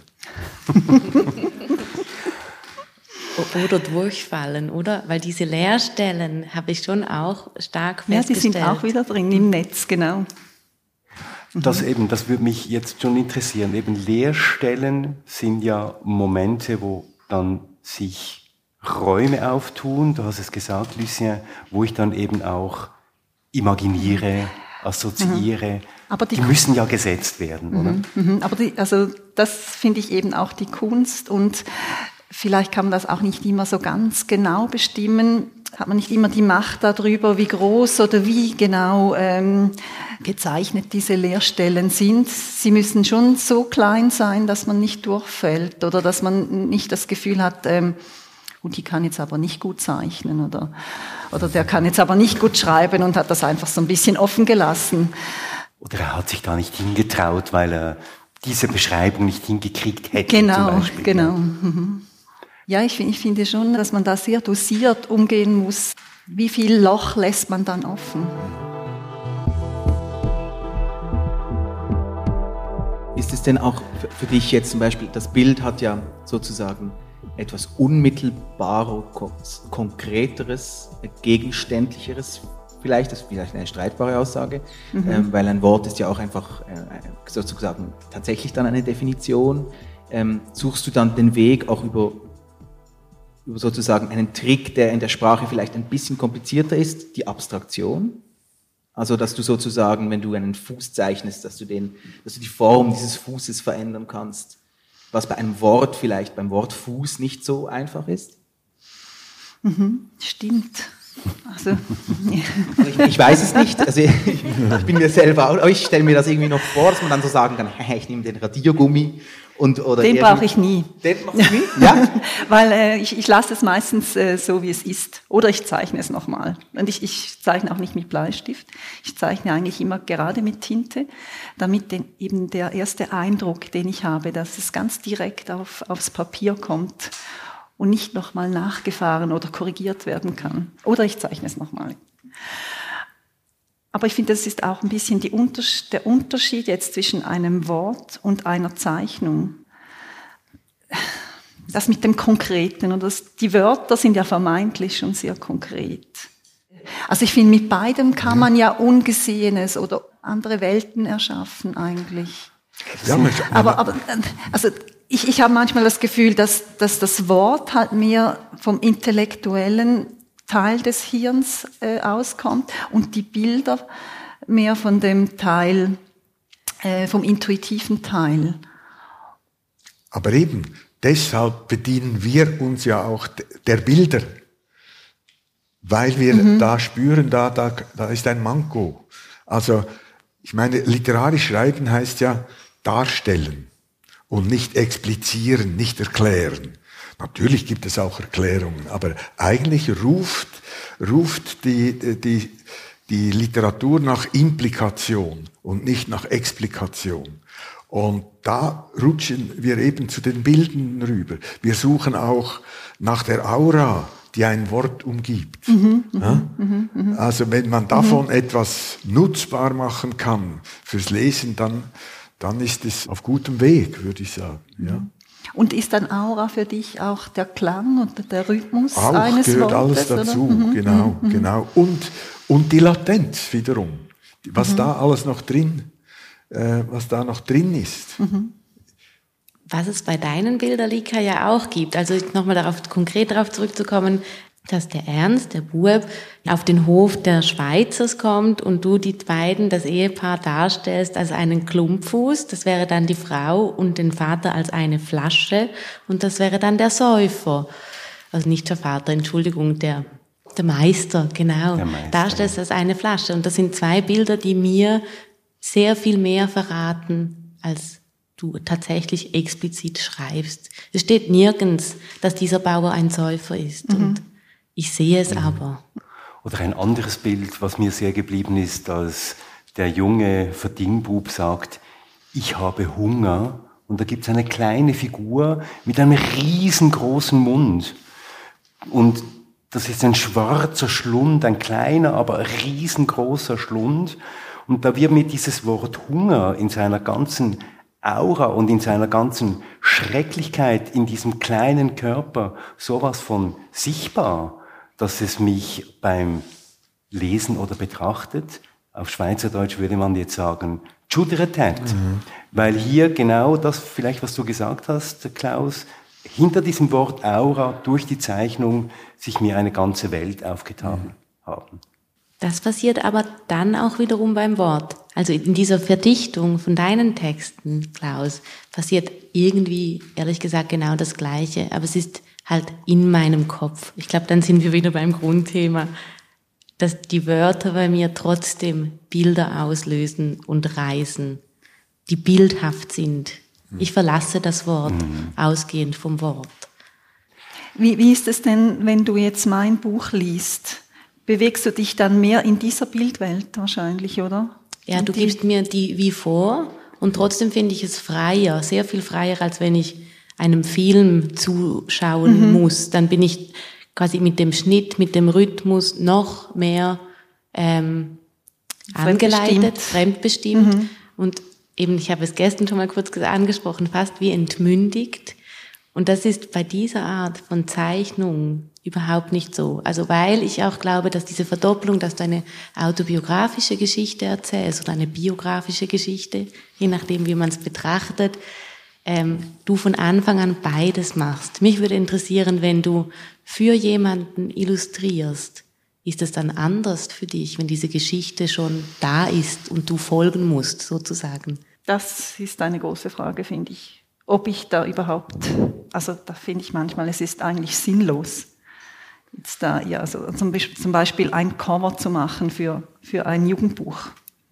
Oder durchfallen, oder? Weil diese Leerstellen habe ich schon auch stark ja, festgestellt. Die sind auch wieder drin im Netz, genau. Das eben, das würde mich jetzt schon interessieren. Eben Leerstellen sind ja Momente, wo dann sich Räume auftun. Du hast es gesagt, Lucien, wo ich dann eben auch imaginiere, assoziiere, mhm. Aber die, die müssen ja gesetzt werden, oder? Mhm, mhm. Aber die, also das finde ich eben auch die Kunst, und vielleicht kann man das auch nicht immer so ganz genau bestimmen, hat man nicht immer die Macht darüber, wie groß oder wie genau ähm, gezeichnet diese Leerstellen sind. Sie müssen schon so klein sein, dass man nicht durchfällt oder dass man nicht das Gefühl hat, ähm, und die kann jetzt aber nicht gut zeichnen oder, oder der kann jetzt aber nicht gut schreiben und hat das einfach so ein bisschen offen gelassen. Oder er hat sich da nicht hingetraut, weil er diese Beschreibung nicht hingekriegt hätte. Genau, zum Beispiel. genau. Mhm. Ja, ich, ich finde schon, dass man da sehr dosiert umgehen muss. Wie viel Loch lässt man dann offen? Ist es denn auch für dich jetzt zum Beispiel, das Bild hat ja sozusagen etwas unmittelbarer, konkreteres, gegenständlicheres, vielleicht, das ist vielleicht eine streitbare Aussage, mhm. ähm, weil ein Wort ist ja auch einfach äh, sozusagen tatsächlich dann eine Definition. Ähm, suchst du dann den Weg auch über, über sozusagen einen Trick, der in der Sprache vielleicht ein bisschen komplizierter ist, die Abstraktion? Also, dass du sozusagen, wenn du einen Fuß zeichnest, dass du den, dass du die Form dieses Fußes verändern kannst, was bei einem Wort vielleicht, beim Wort Fuß nicht so einfach ist? Mhm, stimmt. Also, ich, ich weiß es nicht, also ich, ich bin mir selber auch, aber ich stelle mir das irgendwie noch vor, dass man dann so sagen kann, hey, ich nehme den Radiergummi und oder den brauche ich nie. Den brauche ich nie? Ja? Weil äh, ich, ich lasse es meistens äh, so, wie es ist. Oder ich zeichne es nochmal. Und ich, ich zeichne auch nicht mit Bleistift. Ich zeichne eigentlich immer gerade mit Tinte, damit den, eben der erste Eindruck, den ich habe, dass es ganz direkt auf, aufs Papier kommt und nicht nochmal nachgefahren oder korrigiert werden kann. Oder ich zeichne es nochmal. Aber ich finde, das ist auch ein bisschen die Unters- der Unterschied jetzt zwischen einem Wort und einer Zeichnung. Das mit dem Konkreten. Und das, die Wörter sind ja vermeintlich schon sehr konkret. Also ich finde, mit beidem kann man ja Ungesehenes oder andere Welten erschaffen eigentlich. Ja, aber, aber also ich, ich habe manchmal das Gefühl, dass, dass das Wort halt mehr vom intellektuellen Teil des Hirns äh, auskommt und die Bilder mehr von dem Teil, äh, vom intuitiven Teil. Aber eben, deshalb bedienen wir uns ja auch der Bilder, weil wir mhm. da spüren, da, da, da ist ein Manko. Also, ich meine, literarisch schreiben heißt ja darstellen und nicht explizieren, nicht erklären. Natürlich gibt es auch Erklärungen, aber eigentlich ruft, ruft die, die, die Literatur nach Implikation und nicht nach Explikation. Und da rutschen wir eben zu den Bildern rüber. Wir suchen auch nach der Aura, die ein Wort umgibt. Mhm, ja? mhm, mhm, also wenn man davon mhm. etwas nutzbar machen kann fürs Lesen, dann, dann ist es auf gutem Weg, würde ich sagen. Ja? Und ist dann Aura für dich auch der Klang und der Rhythmus auch eines gehört Wortes? Alles dazu, mhm, genau, mhm. genau. Und, und die Latenz wiederum, was mhm. da alles noch drin, äh, was da noch drin ist. Mhm. Was es bei deinen Bildern, Lika, ja auch gibt. Also nochmal darauf, konkret darauf zurückzukommen, dass der Ernst, der Bub, auf den Hof der Schweizers kommt und du die beiden, das Ehepaar, darstellst als einen Klumpfuß. Das wäre dann die Frau und den Vater als eine Flasche und das wäre dann der Säufer. Also nicht der Vater, Entschuldigung, der, der Meister, genau. Der Meister, darstellst als eine Flasche. Und das sind zwei Bilder, die mir sehr viel mehr verraten als du tatsächlich explizit schreibst. Es steht nirgends, dass dieser Bauer ein Säufer ist. Mhm. Und ich sehe es mhm. aber. Oder ein anderes Bild, was mir sehr geblieben ist, als der junge Verdingbub sagt, ich habe Hunger. Und da gibt es eine kleine Figur mit einem riesengroßen Mund. Und das ist ein schwarzer Schlund, ein kleiner, aber ein riesengroßer Schlund. Und da wird mir dieses Wort Hunger in seiner ganzen Aura und in seiner ganzen Schrecklichkeit in diesem kleinen Körper sowas von sichtbar, dass es mich beim Lesen oder Betrachtet, auf Schweizerdeutsch würde man jetzt sagen, schuderet hat. Mhm. Weil hier genau das, vielleicht was du gesagt hast, Klaus, hinter diesem Wort Aura durch die Zeichnung sich mir eine ganze Welt aufgetan mhm. haben. Das passiert aber dann auch wiederum beim Wort Also in dieser Verdichtung von deinen Texten, Klaus, passiert irgendwie, ehrlich gesagt, genau das Gleiche. Aber es ist halt in meinem Kopf. Ich glaube, dann sind wir wieder beim Grundthema, dass die Wörter bei mir trotzdem Bilder auslösen und reißen, die bildhaft sind. Ich verlasse das Wort, mhm. ausgehend vom Wort. Wie, wie ist es denn, wenn du jetzt mein Buch liest? Bewegst du dich dann mehr in dieser Bildwelt wahrscheinlich, oder? Ja, du gibst mir die wie vor und trotzdem finde ich es freier, sehr viel freier, als wenn ich einem Film zuschauen mhm. muss. Dann bin ich quasi mit dem Schnitt, mit dem Rhythmus noch mehr ähm, angeleitet, fremdbestimmt. Mhm. Und eben, ich habe es gestern schon mal kurz angesprochen, fast wie entmündigt. Und das ist bei dieser Art von Zeichnung überhaupt nicht so. Also weil ich auch glaube, dass diese Verdopplung, dass du eine autobiografische Geschichte erzählst oder eine biografische Geschichte, je nachdem, wie man es betrachtet, ähm, du von Anfang an beides machst. Mich würde interessieren, wenn du für jemanden illustrierst, ist es dann anders für dich, wenn diese Geschichte schon da ist und du folgen musst, sozusagen? Das ist eine große Frage, finde ich. Ob ich da überhaupt, also da finde ich manchmal, es ist eigentlich sinnlos, jetzt da, ja, also zum Beispiel, zum Beispiel ein Cover zu machen für, für ein Jugendbuch.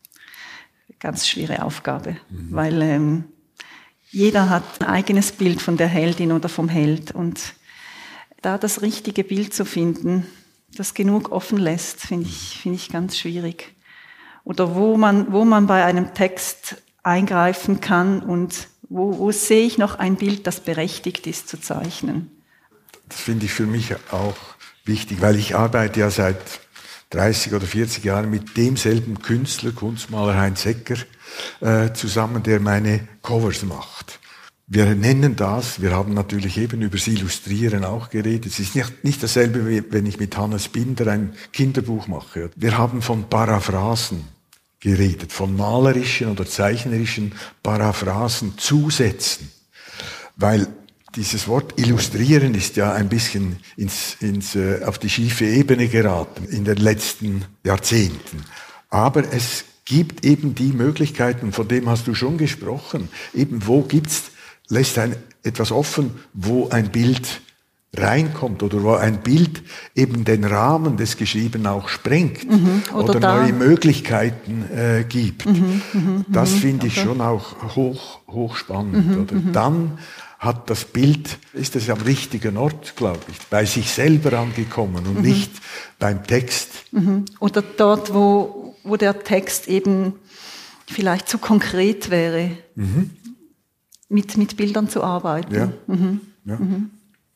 Ganz schwere Aufgabe, mhm. weil ähm, jeder hat ein eigenes Bild von der Heldin oder vom Held und da das richtige Bild zu finden, das genug offen lässt, finde ich, finde ich ganz schwierig. Oder wo man, wo man bei einem Text eingreifen kann und wo, wo sehe ich noch ein Bild, das berechtigt ist zu zeichnen. Das finde ich für mich auch wichtig, weil ich arbeite ja seit dreißig oder vierzig Jahren mit demselben Künstler, Kunstmaler Heinz Hecker, äh, zusammen, der meine Covers macht. Wir nennen das, wir haben natürlich eben über das Illustrieren auch geredet. Es ist nicht, nicht dasselbe, wie wenn ich mit Hannes Binder ein Kinderbuch mache. Wir haben von Paraphrasen geredet, von malerischen oder zeichnerischen Paraphrasen, Zusätzen. Weil dieses Wort Illustrieren ist ja ein bisschen ins, ins, äh, auf die schiefe Ebene geraten in den letzten Jahrzehnten. Aber es gibt eben die Möglichkeiten, von dem hast du schon gesprochen, eben wo gibt's, lässt ein, etwas offen, wo ein Bild reinkommt oder wo ein Bild eben den Rahmen des Geschriebenen auch sprengt mhm, oder, oder neue Möglichkeiten äh, gibt. Mhm, mh, das finde ich okay. schon auch hoch, hoch spannend. Mhm, oder? Mhm. Dann hat das Bild, ist es am richtigen Ort, glaube ich, bei sich selber angekommen und mhm. nicht beim Text. Mhm. Oder dort, wo, wo der Text eben vielleicht zu konkret wäre, mhm. mit, mit Bildern zu arbeiten. Ja. Mhm. Ja. Mhm.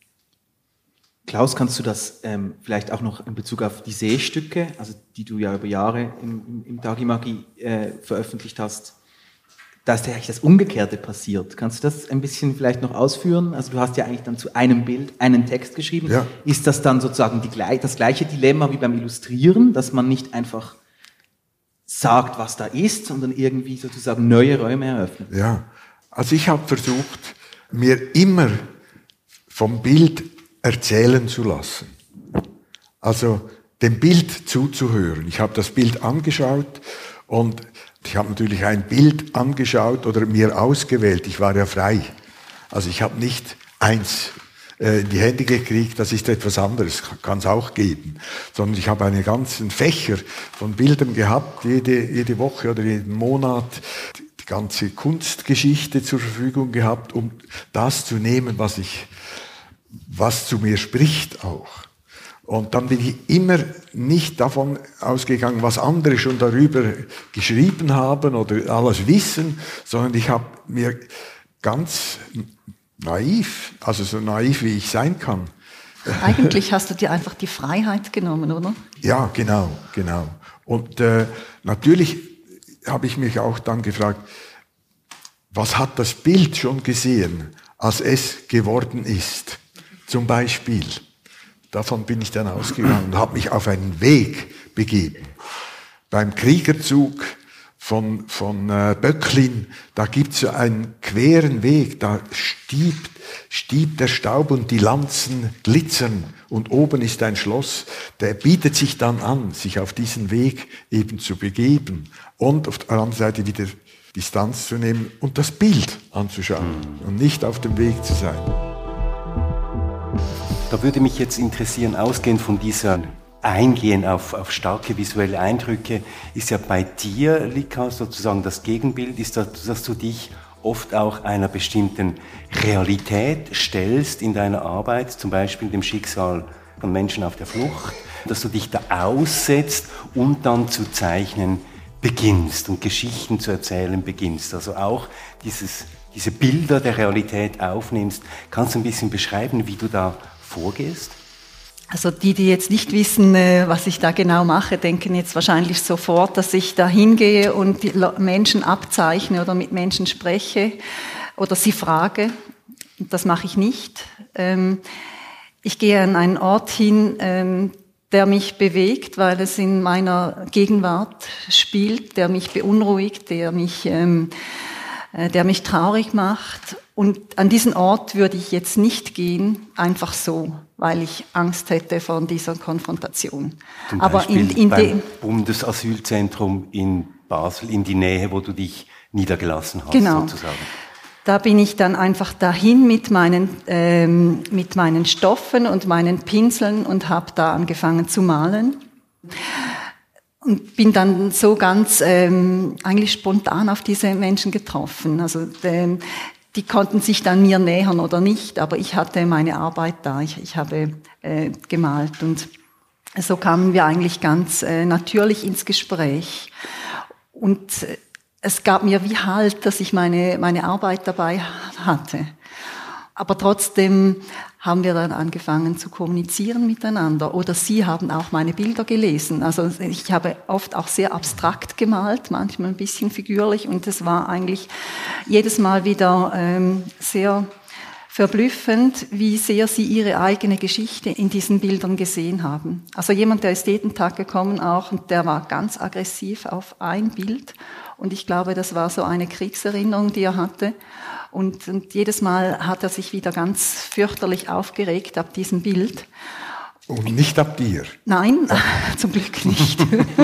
Klaus, kannst du das ähm, vielleicht auch noch in Bezug auf die Seestücke, also die du ja über Jahre im, im, im Tagimagi äh, veröffentlicht hast, da ist ja eigentlich das Umgekehrte passiert. Kannst du das ein bisschen vielleicht noch ausführen? Also du hast ja eigentlich dann zu einem Bild einen Text geschrieben. Ja. Ist das dann sozusagen die, das gleiche Dilemma wie beim Illustrieren, dass man nicht einfach sagt, was da ist, sondern irgendwie sozusagen neue Räume eröffnet? Ja, also ich habe versucht, mir immer vom Bild erzählen zu lassen. Also dem Bild zuzuhören. Ich habe das Bild angeschaut und ich habe natürlich ein Bild angeschaut oder mir ausgewählt. Ich war ja frei. Also ich habe nicht eins äh, in die Hände gekriegt, das ist etwas anderes, kann es auch geben. Sondern ich habe einen ganzen Fächer von Bildern gehabt, jede, jede Woche oder jeden Monat, die ganze Kunstgeschichte zur Verfügung gehabt, um das zu nehmen, was ich was zu mir spricht auch. Und dann bin ich immer nicht davon ausgegangen, was andere schon darüber geschrieben haben oder alles wissen, sondern ich habe mir ganz naiv, also so naiv wie ich sein kann. Eigentlich hast du dir einfach die Freiheit genommen, oder? Ja, genau, genau. Und äh, natürlich habe ich mich auch dann gefragt, was hat das Bild schon gesehen, als es geworden ist? Zum Beispiel, davon bin ich dann ausgegangen und habe mich auf einen Weg begeben. Beim Kriegerzug von, von äh, Böcklin, da gibt's so einen queren Weg, da stiebt, stiebt der Staub und die Lanzen glitzern und oben ist ein Schloss, der bietet sich dann an, sich auf diesen Weg eben zu begeben und auf der anderen Seite wieder Distanz zu nehmen und das Bild anzuschauen und nicht auf dem Weg zu sein. Da würde mich jetzt interessieren, ausgehend von dieser Eingehen auf, auf starke visuelle Eindrücke, ist ja bei dir, Lika, sozusagen das Gegenbild, ist, das, dass du dich oft auch einer bestimmten Realität stellst in deiner Arbeit, zum Beispiel dem Schicksal von Menschen auf der Flucht, dass du dich da aussetzt und dann zu zeichnen beginnst und Geschichten zu erzählen beginnst. Also auch dieses, diese Bilder der Realität aufnimmst. Kannst du ein bisschen beschreiben, wie du da vorgehst? Also die, die jetzt nicht wissen, was ich da genau mache, denken jetzt wahrscheinlich sofort, dass ich da hingehe und die Menschen abzeichne oder mit Menschen spreche oder sie frage. Das mache ich nicht. Ich gehe an einen Ort hin, der mich bewegt, weil es in meiner Gegenwart spielt, der mich beunruhigt, der mich, der mich traurig macht. Und an diesen Ort würde ich jetzt nicht gehen, einfach so, weil ich Angst hätte vor dieser Konfrontation. Zum Aber Beispiel in, in beim Bundesasylzentrum in Basel, in die Nähe, wo du dich niedergelassen hast, genau, sozusagen. Da bin ich dann einfach dahin mit meinen, ähm, mit meinen Stoffen und meinen Pinseln und habe da angefangen zu malen. Und bin dann so ganz ähm, eigentlich spontan auf diese Menschen getroffen. Also ähm, die konnten sich dann mir nähern oder nicht, aber ich hatte meine Arbeit da, ich, ich habe äh, gemalt und so kamen wir eigentlich ganz äh, natürlich ins Gespräch. Und äh, es gab mir wie Halt, dass ich meine, meine Arbeit dabei hatte. Aber trotzdem haben wir dann angefangen zu kommunizieren miteinander. Oder sie haben auch meine Bilder gelesen. Also ich habe oft auch sehr abstrakt gemalt, manchmal ein bisschen figürlich. Und es war eigentlich jedes Mal wieder ähm, sehr verblüffend, wie sehr sie ihre eigene Geschichte in diesen Bildern gesehen haben. Also jemand, der ist jeden Tag gekommen auch und der war ganz aggressiv auf ein Bild. Und ich glaube, das war so eine Kriegserinnerung, die er hatte. Und, und jedes Mal hat er sich wieder ganz fürchterlich aufgeregt ab diesem Bild. Und nicht ab dir? Nein, zum Glück nicht.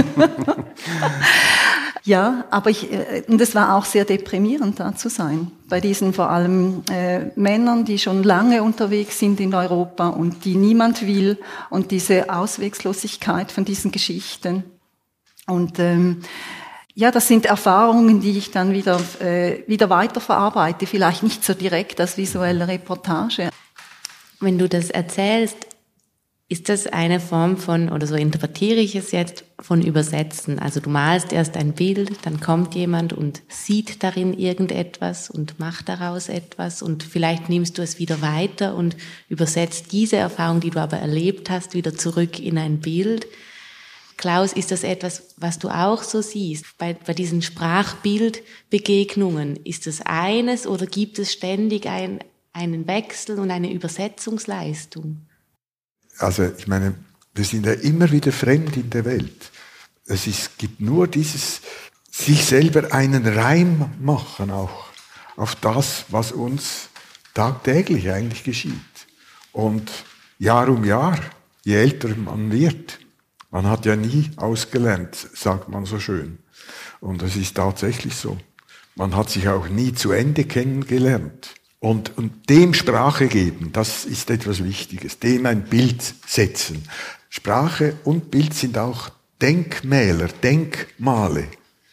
Ja, aber ich, und es war auch sehr deprimierend, da zu sein. Bei diesen vor allem äh, Männern, die schon lange unterwegs sind in Europa und die niemand will und diese Auswegslosigkeit von diesen Geschichten. Und ähm, ja, das sind Erfahrungen, die ich dann wieder, äh, wieder weiterverarbeite, vielleicht nicht so direkt als visuelle Reportage. Wenn du das erzählst, ist das eine Form von, oder so interpretiere ich es jetzt, von Übersetzen? Also du malst erst ein Bild, dann kommt jemand und sieht darin irgendetwas und macht daraus etwas und vielleicht nimmst du es wieder weiter und übersetzt diese Erfahrung, die du aber erlebt hast, wieder zurück in ein Bild. Klaus, ist das etwas, was du auch so siehst? Bei, bei diesen Sprachbildbegegnungen, ist das eines oder gibt es ständig ein, einen Wechsel und eine Übersetzungsleistung? Also ich meine, wir sind ja immer wieder fremd in der Welt. Es ist, gibt nur dieses sich selber einen Reim machen auch auf das, was uns tagtäglich eigentlich geschieht. Und Jahr um Jahr, je älter man wird, man hat ja nie ausgelernt, sagt man so schön. Und es ist tatsächlich so. Man hat sich auch nie zu Ende kennengelernt. Und, und dem Sprache geben, das ist etwas Wichtiges. Dem ein Bild setzen. Sprache und Bild sind auch Denkmäler, Denkmale,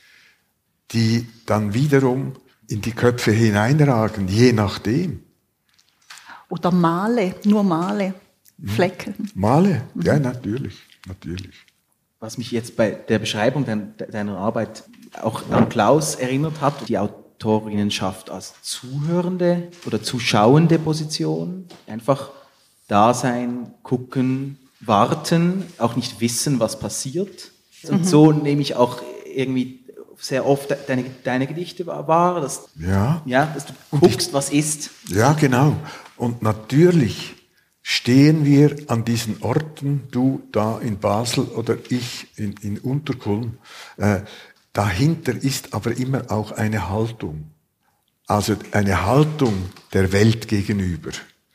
die dann wiederum in die Köpfe hineinragen, je nachdem. Oder Male, nur Male, Flecken. Male, ja, natürlich. Natürlich. Was mich jetzt bei der Beschreibung deiner Arbeit auch an Klaus erinnert hat, die Autorinnenschaft als zuhörende oder zuschauende Position, einfach da sein, gucken, warten, auch nicht wissen, was passiert. Und mhm. so nehme ich auch irgendwie sehr oft deine, deine Gedichte wahr, dass, ja. Ja, dass du guckst, ich, was ist. Ja, genau. Und natürlich stehen wir an diesen Orten, du da in Basel oder ich in, in Unterkulm. Äh, dahinter ist aber immer auch eine Haltung. Also eine Haltung der Welt gegenüber,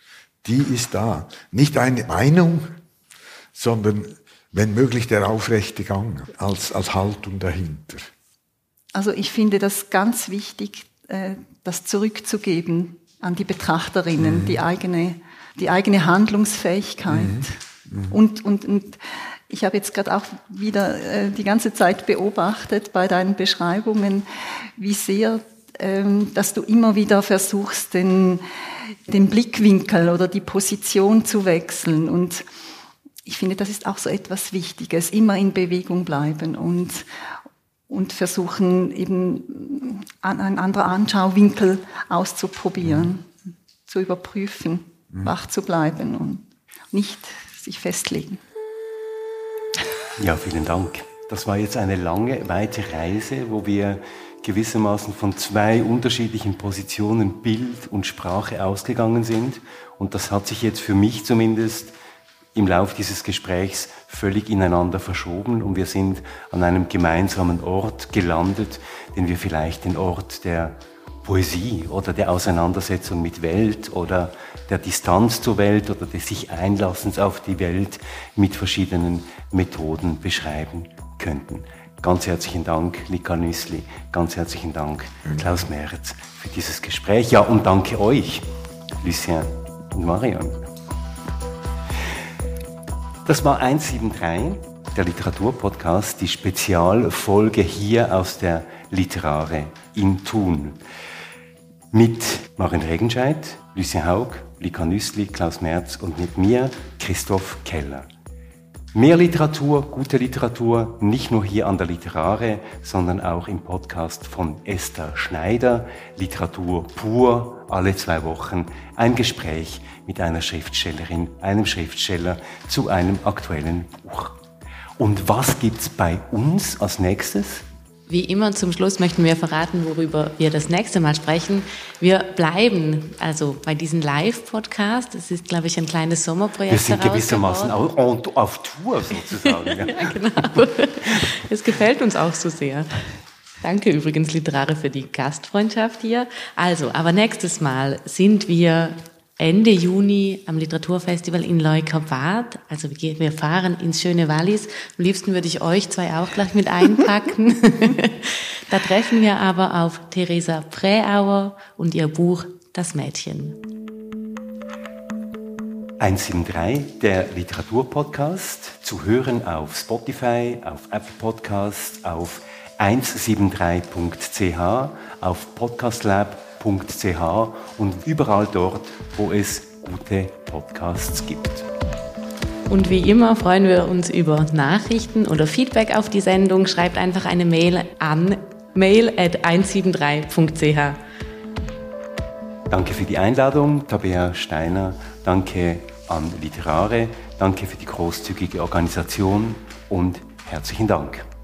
die ist da. Nicht eine Meinung, sondern wenn möglich der aufrechte Gang als, als Haltung dahinter. Also ich finde das ganz wichtig, das zurückzugeben an die Betrachterinnen, mhm. die eigene, die eigene Handlungsfähigkeit. Mhm. Mhm. Und, und, und ich habe jetzt gerade auch wieder äh, die ganze Zeit beobachtet bei deinen Beschreibungen, wie sehr, ähm, dass du immer wieder versuchst, den, den Blickwinkel oder die Position zu wechseln. Und ich finde, das ist auch so etwas Wichtiges, immer in Bewegung bleiben und, und versuchen, eben einen anderen Anschauwinkel auszuprobieren, mhm. zu überprüfen, mhm. wach zu bleiben und nicht sich festlegen. Ja, vielen Dank. Das war jetzt eine lange, weite Reise, wo wir gewissermaßen von zwei unterschiedlichen Positionen Bild und Sprache ausgegangen sind. Und das hat sich jetzt für mich zumindest im Laufe dieses Gesprächs völlig ineinander verschoben und wir sind an einem gemeinsamen Ort gelandet, den wir vielleicht den Ort der Poesie oder der Auseinandersetzung mit Welt oder der Distanz zur Welt oder des sich Einlassens auf die Welt mit verschiedenen Methoden beschreiben könnten. Ganz herzlichen Dank, Lika Nüssli, ganz herzlichen Dank, Klaus Merz, für dieses Gespräch. Ja, und danke euch, Lucien und Marion. Das war hundertdreiundsiebzig, der Literaturpodcast, die Spezialfolge hier aus der Literare in Thun. Mit Marion Regenscheidt, Lucien Haug, Lika Nüssli, Klaus Merz und mit mir, Christoph Keller. Mehr Literatur, gute Literatur, nicht nur hier an der Literare, sondern auch im Podcast von Esther Schneider, Literatur pur, alle zwei Wochen ein Gespräch mit einer Schriftstellerin, einem Schriftsteller zu einem aktuellen Buch. Und was gibt's bei uns als nächstes? Wie immer zum Schluss möchten wir verraten, worüber wir das nächste Mal sprechen. Wir bleiben also bei diesem Live-Podcast. Das ist, glaube ich, ein kleines Sommerprojekt. Wir sind gewissermaßen auf, auf Tour sozusagen. Ja. Ja, genau. Es gefällt uns auch so sehr. Danke übrigens, Literare, für die Gastfreundschaft hier. Also, aber nächstes Mal sind wir Ende Juni am Literaturfestival in Leukerbad. Also wir fahren ins schöne Wallis. Am liebsten würde ich euch zwei auch gleich mit einpacken. Da treffen wir aber auf Theresa Präauer und ihr Buch Das Mädchen. hundertdreiundsiebzig, der Literaturpodcast, zu hören auf Spotify, auf Apple Podcasts, auf hundertdreiundsiebzig punkt c h, auf podcastlab punkt c h und überall dort, wo es gute Podcasts gibt. Und wie immer freuen wir uns über Nachrichten oder Feedback auf die Sendung. Schreibt einfach eine Mail an mail at hundertdreiundsiebzig punkt c h. Danke für die Einladung, Tabea Steiner. Danke an Literare. Danke für die großzügige Organisation und herzlichen Dank.